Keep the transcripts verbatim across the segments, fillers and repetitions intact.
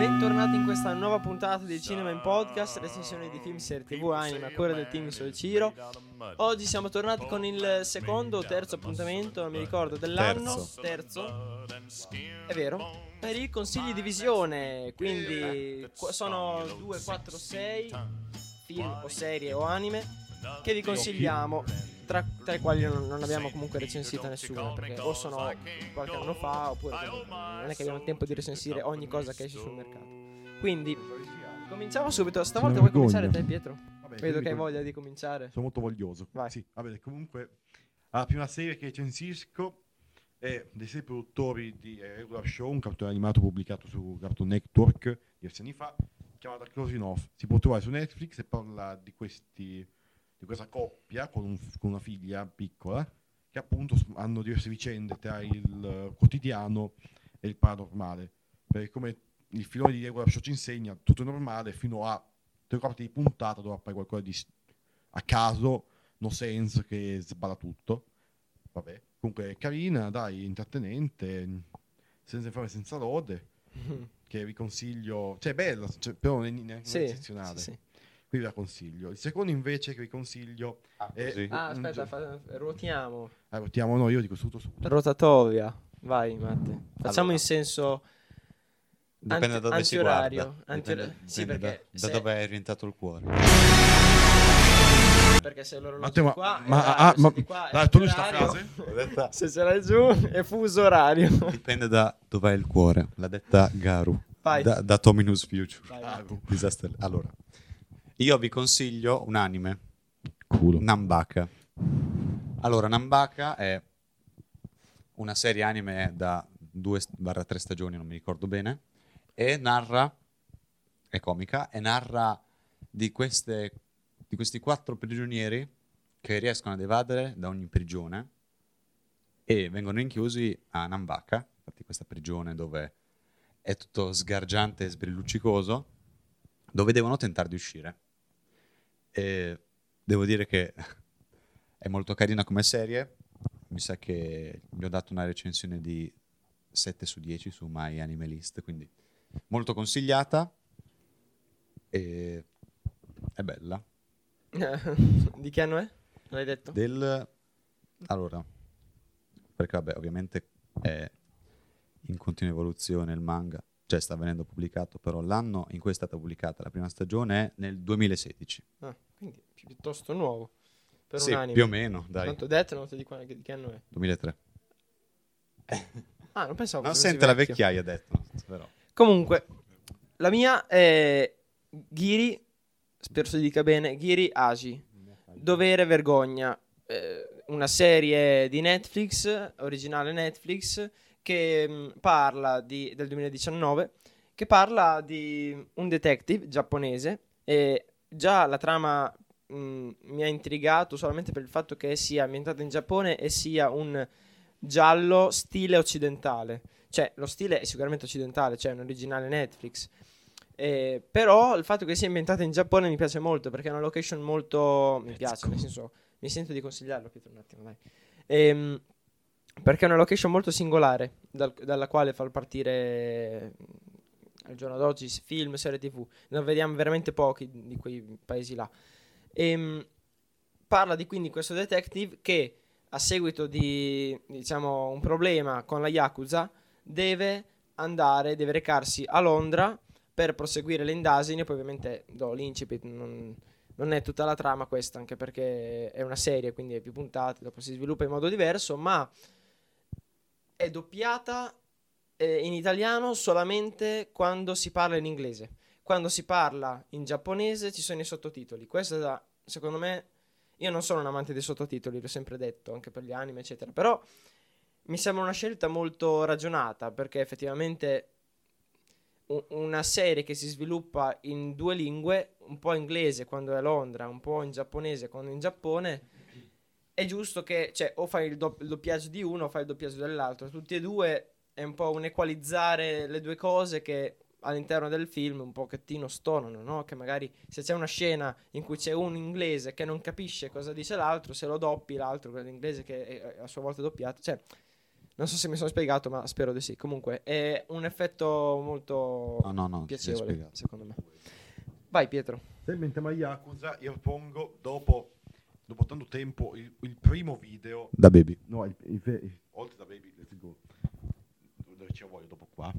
bentornati in questa nuova puntata di Cinema in Podcast, recensione di film, serie tv, anime a cura del team Sole Ciro. Oggi siamo tornati con il secondo o terzo appuntamento, non mi ricordo, dell'anno. Terzo, è vero, per i consigli di visione. Quindi qu- sono due, quattro, sei film o serie o anime che vi consigliamo, tra, tra i quali non, non abbiamo comunque recensita nessuna, perché o sono qualche anno fa oppure non è che abbiamo tempo di recensire ogni cosa che esce sul mercato. Quindi cominciamo subito. Stavolta vuoi cominciare te, Pietro? Vabbè, Vedo che hai con... voglia di cominciare. Sono molto voglioso. Vai. Sì, vabbè, comunque la prima serie che recensisco è dei sei produttori di Regular Show, un cartone animato pubblicato su Cartoon Network diversi anni fa, chiamato Closing Off. Si può trovare su Netflix e parla di questi di questa coppia con, un, con una figlia piccola che appunto hanno diverse vicende tra il quotidiano e il paranormale, perché come il filone di Regular Show ci insegna, tutto è normale fino a tre quarti di puntata dove appare qualcosa di a caso, no sense, che sballa tutto. Vabbè, comunque è carina, dai, intrattenente, senza fare senza lode, che vi consiglio, cioè è bella, cioè, però non è neanche Sì, eccezionale. sì, sì. Qui vi la consiglio. Il secondo invece che vi consiglio Ah, è così? Ah, un aspetta, gio- fa- ruotiamo. Ah, ruotiamo, no, io dico subito subito. Rotatovia. Vai, Matte. Facciamo Allora, in senso Dipende anti- da dove si antiorario. guarda. Antiora- Dipende, sì, dipende perché da, da se- dove è orientato il cuore. perché se loro Ma lo te, ma, qua ma, è orario, ah, se ma di qua è dai, togli sta antiorario. frase. Se ce l'hai giù è fuso orario. Dipende da dove è il cuore. L'ha detta Garu. Vai. Da, da Tominus Future. Vai, Ah, Matte. Disaster. Allora, io vi consiglio un anime, culo. Nambaka. Allora, Nambaka è una serie anime da due tre stagioni, non mi ricordo bene, e narra, è comica, e narra di, queste, di questi quattro prigionieri che riescono ad evadere da ogni prigione e vengono rinchiusi a Nambaka, infatti questa prigione dove è tutto sgargiante e sbrilluccicoso, dove devono tentare di uscire. E devo dire che è molto carina come serie, mi sa che gli ho dato una recensione di sette su dieci su My Anime List, quindi molto consigliata e è bella. Di che anno è? L'hai detto? Del allora, perché vabbè, ovviamente è in continua evoluzione il manga, cioè sta venendo pubblicato, però l'anno in cui è stata pubblicata la prima stagione è nel duemilasedici. Ah, quindi piuttosto nuovo per Sì, un anime. più o meno, dai. Tanto Death Note di, qua- di che anno è? duemilatré. Ah, non pensavo Non fosse sente la vecchio. vecchiaia detto, però. Comunque, la mia è Giri, spero si dica bene, Giri Aji, Dovere Vergogna, eh, una serie di Netflix, originale Netflix, che mh, parla di, del duemiladiciannove, che parla di un detective giapponese e già la trama mh, mi ha intrigato solamente per il fatto che sia ambientata in Giappone e sia un giallo stile occidentale. Cioè, lo stile è sicuramente occidentale, cioè è un originale Netflix. Eh, però il fatto che sia ambientata in Giappone mi piace molto, perché è una location molto... Mi piace, nel senso, mi sento di consigliarlo, Pietro, un attimo, dai. Ehm, perché è una location molto singolare, dal- dalla quale far partire al giorno d'oggi film, serie tv. Ne vediamo veramente pochi di quei paesi là. Ehm, parla di quindi questo detective che a seguito di, diciamo, un problema con la Yakuza deve andare, deve recarsi a Londra per proseguire le indagini. Poi ovviamente do l'incipit, non, non è tutta la trama questa, anche perché è una serie, quindi è più puntate, dopo si sviluppa in modo diverso, ma è doppiata eh, in italiano solamente quando si parla in inglese. Quando si parla in giapponese ci sono i sottotitoli. Questo da, secondo me, io non sono un amante dei sottotitoli, l'ho sempre detto, anche per gli anime, eccetera, però mi sembra una scelta molto ragionata, perché effettivamente u- una serie che si sviluppa in due lingue, un po' inglese quando è a Londra, un po' in giapponese quando è in Giappone, è giusto che, cioè, o fai il, do- il doppiaggio di uno o fai il doppiaggio dell'altro. Tutti e due è un po' un equalizzare le due cose che all'interno del film un pochettino stonano, no? Che magari se c'è una scena in cui c'è un inglese che non capisce cosa dice l'altro, se lo doppi l'altro, quello inglese che è a sua volta doppiato, cioè Non so se mi sono spiegato, ma spero di sì. Comunque è un effetto molto No, no, no, ti sei piacevole, spiegato. secondo me. Vai Pietro. Sempre in tema Yakuza, io pongo dopo, dopo tanto tempo il, il primo video. Da baby. No, il, il, il- oltre da Baby, let's go. Dove ci voglio dopo qua.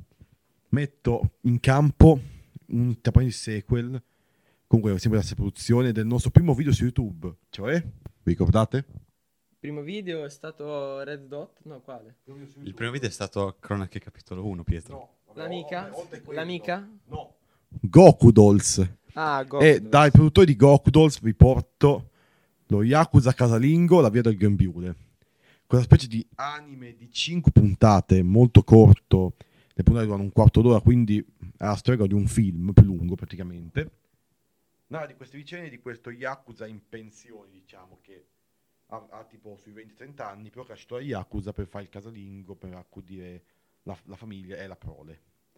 Metto in campo un tapone di sequel. Comunque, sempre la produzione del nostro primo video su YouTube. Cioè, vi ricordate? Il primo video è stato Red Dot? No, quale? Il primo video è stato Cronache capitolo uno, Pietro. No, vabbè, L'amica? oltre- oltre quello. L'amica? No. Goku Dolls. Ah, Goku. E dai produttori di Goku Dolls vi porto lo Yakuza casalingo, la via del grembiule. Quella specie di anime di cinque puntate, molto corto. Le puntate durano un quarto d'ora, quindi è la storia di un film più lungo praticamente. Narra di queste vicende di questo Yakuza in pensione, diciamo, che ha, ha tipo sui venti trenta anni, però che ha lasciato la Yakuza per fare il casalingo, per accudire la, la famiglia e la prole.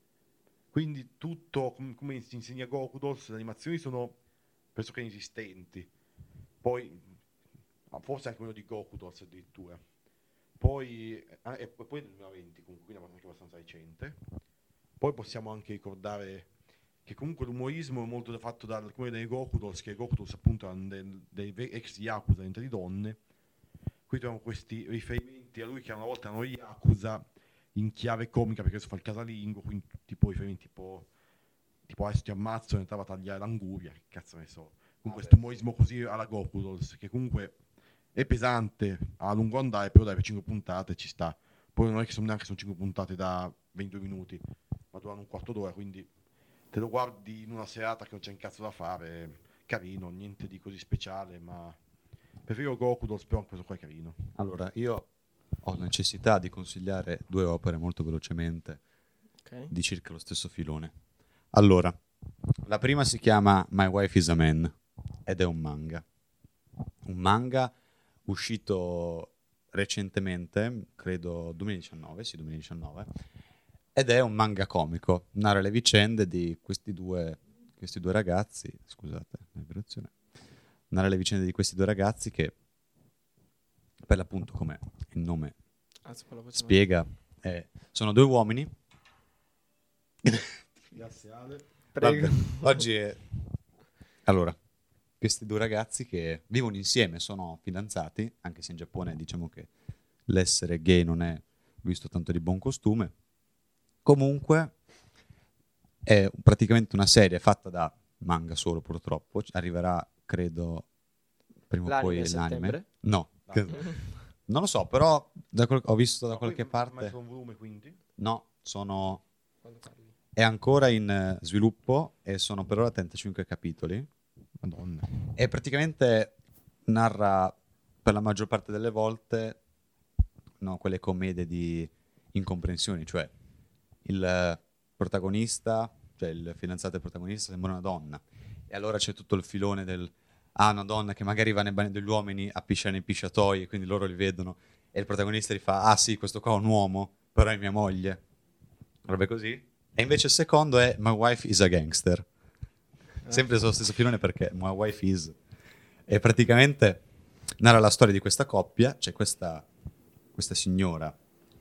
Quindi tutto, com- come si insegna Goku Dolls, le animazioni sono pressoché inesistenti. Poi, ah, forse anche quello di Goku Dolls addirittura. Poi, ah, e poi nel duemilaventi comunque, quindi è anche abbastanza recente. Poi possiamo anche ricordare che comunque l'umorismo è molto fatto dal come dei Goku Dolls, che Goku Dolls appunto erano dei, dei ve- ex Yakuza dentro di donne. Qui troviamo questi riferimenti a lui che una volta erano Yakuza in chiave comica perché adesso fa il casalingo, quindi tipo riferimenti tipo tipo adesso ti ammazzo e entrava a tagliare l'anguria, che cazzo ne so. Con Ah, questo beh. umorismo così alla Goku Dolls, che comunque è pesante a lungo andare, però dai per cinque puntate ci sta. Poi non è che sono neanche sono cinque puntate da ventidue minuti, ma durano un quarto d'ora, quindi te lo guardi in una serata che non c'è un cazzo da fare, carino, niente di così speciale, ma preferisco Goku Dolls, però questo qua è carino. Allora, io ho necessità di consigliare due opere molto velocemente Ok. di circa lo stesso filone. Allora, la prima si chiama My Wife is a Man ed è un manga. Un manga uscito recentemente, credo duemiladiciannove, sì, duemiladiciannove, ed è un manga comico. Narra le vicende di questi due, questi due ragazzi, scusate, la vibrazione. Narra le vicende di questi due ragazzi che, per l'appunto, come il nome Alzo con la voce spiega, eh, sono due uomini. Grazie Ale. Prego. Vabbè, oggi è... Allora, questi due ragazzi che vivono insieme, sono fidanzati, anche se in Giappone diciamo che l'essere gay non è visto tanto di buon costume. Comunque è praticamente una serie fatta da manga solo, purtroppo. Arriverà, credo, prima o L'anime poi a l'anime. settembre? No, che- non lo so, però da quel- ho visto da qualche parte... un volume quindi? No, sono... Quando parli. È ancora in eh, sviluppo e sono per ora trentacinque capitoli. Madonna. E praticamente narra per la maggior parte delle volte no, quelle commedie di incomprensioni, cioè il eh, protagonista, cioè il fidanzato del protagonista sembra una donna e allora c'è tutto il filone del ah, una donna che magari va nei bagni degli uomini a pisciare nei pisciatoi e quindi loro li vedono e il protagonista gli fa ah sì, questo qua è un uomo, però è mia moglie. Robe così. E invece il secondo è My Wife is a Gangster. Sempre sullo stesso filone perché My Wife is. E praticamente narra la storia di questa coppia, c'è questa, questa signora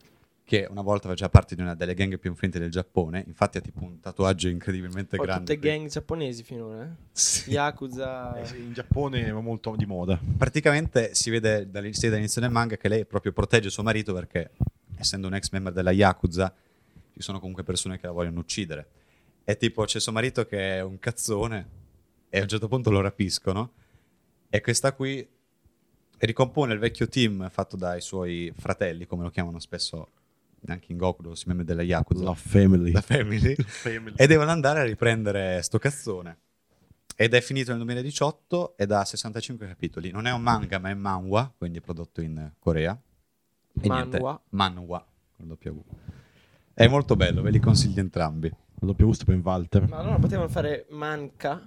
che una volta faceva parte di una delle gang più influenti del Giappone, infatti ha tipo un tatuaggio incredibilmente Ho grande. tutte gang giapponesi finora, eh? Sì. Yakuza. Eh sì, in Giappone è molto di moda. Praticamente si vede dall'in- si vede dall'inizio del manga che lei proprio protegge suo marito perché, essendo un ex member della Yakuza, ci sono comunque persone che la vogliono uccidere. E tipo c'è suo marito che è un cazzone e a un certo punto lo rapiscono e questa qui ricompone il vecchio team fatto dai suoi fratelli, come lo chiamano spesso anche in Goku, dove si membri della Yakuza, La family. la family, family. e devono andare a riprendere sto cazzone. Ed è finito nel duemiladiciotto ed ha sessantacinque capitoli. Non è un manga, ma è manhwa, quindi è prodotto in Corea. E niente, Manhwa. manhwa, con doppia U. È molto bello, ve li consiglio entrambi. La doppia U sta per Walter. Ma allora potevano fare manca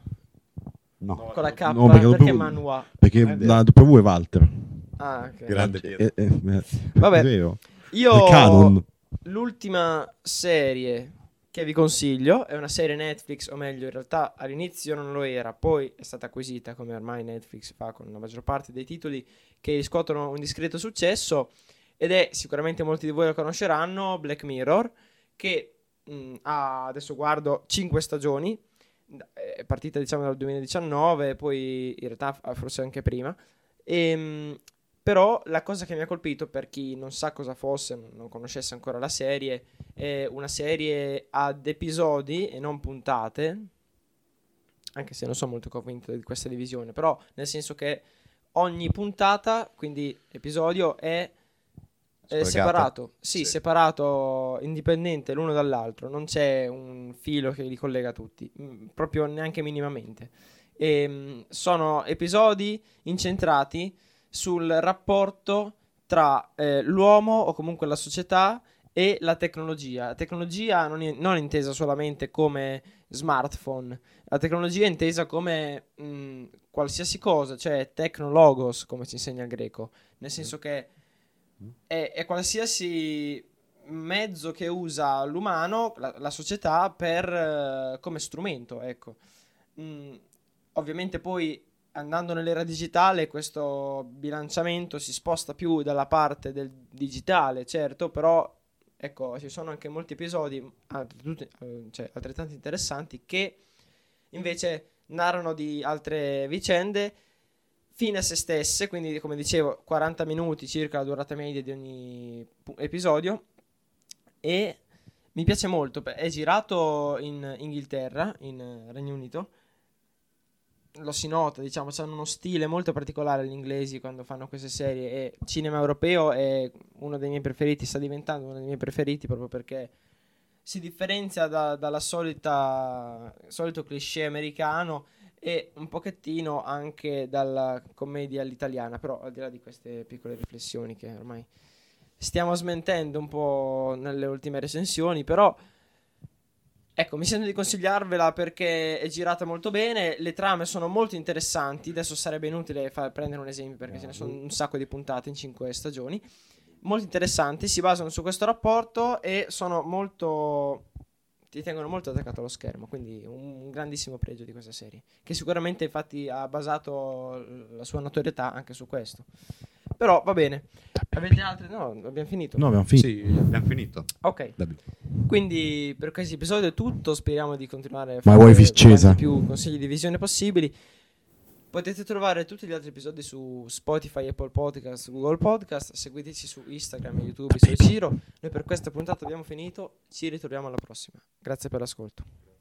No, con la K No, perché perché, dopo- manhwa. Perché è vero. la doppia U è Walter. Ah, ok. grande Eh, Pietro. eh, eh, Vabbè. È vero. Io È canon. l'ultima serie che vi consiglio è una serie Netflix, o meglio in realtà all'inizio non lo era, poi è stata acquisita come ormai Netflix fa con la maggior parte dei titoli che riscuotono un discreto successo, ed è, sicuramente molti di voi lo conosceranno, Black Mirror, che mh, ha, adesso guardo, cinque stagioni, è partita diciamo dal duemiladiciannove, poi in realtà forse anche prima, e, mh, però la cosa che mi ha colpito, per chi non sa cosa fosse, non conoscesse ancora la serie, è una serie ad episodi e non puntate, anche se non sono molto convinto di questa divisione, però nel senso che ogni puntata, quindi episodio, è, è separato, sì, Sì. separato, indipendente l'uno dall'altro, non c'è un filo che li collega tutti, mh, proprio neanche minimamente. E, mh, sono episodi incentrati sul rapporto tra eh, l'uomo o comunque la società e la tecnologia. La tecnologia non, in- non intesa solamente come smartphone, la tecnologia è intesa come mh, qualsiasi cosa, cioè technologos, come si insegna il greco, nel senso che è, è qualsiasi mezzo che usa l'umano, la, la società, per, eh, come strumento, ecco. Mm, ovviamente poi andando nell'era digitale questo bilanciamento si sposta più dalla parte del digitale, certo, però ecco, ci sono anche molti episodi altrettanto, eh, cioè, altrettanto interessanti che invece narrano di altre vicende fine a se stesse, quindi come dicevo quaranta minuti circa la durata media di ogni pu- episodio, e mi piace molto, beh, è girato in Inghilterra, in eh, Regno Unito, lo si nota, diciamo, hanno uno stile molto particolare gli inglesi quando fanno queste serie, e il cinema europeo è uno dei miei preferiti, sta diventando uno dei miei preferiti proprio perché si differenzia da- dalla solita solito cliché americano e un pochettino anche dalla commedia all'italiana, però al di là di queste piccole riflessioni che ormai stiamo smentendo un po' nelle ultime recensioni, però ecco, mi sento di consigliarvela perché è girata molto bene, le trame sono molto interessanti, adesso sarebbe inutile far prendere un esempio perché ce ne sono un sacco di puntate in cinque stagioni, molto interessanti, si basano su questo rapporto e sono molto, ti tengono molto attaccato allo schermo, quindi un, un grandissimo pregio di questa serie, che sicuramente infatti ha basato la sua notorietà anche su questo. Però va bene, avete altre? No, abbiamo finito. No, abbiamo finito. Sì, abbiamo finito. Ok, Davvero. quindi per questo episodio è tutto, speriamo di continuare a My fare wife is Cesa. quanti più consigli di visione possibili. Potete trovare tutti gli altri episodi su Spotify, Apple Podcast, Google Podcast, seguiteci su Instagram e YouTube, su Ciro. Noi per questa puntata abbiamo finito, ci ritroviamo alla prossima. Grazie per l'ascolto.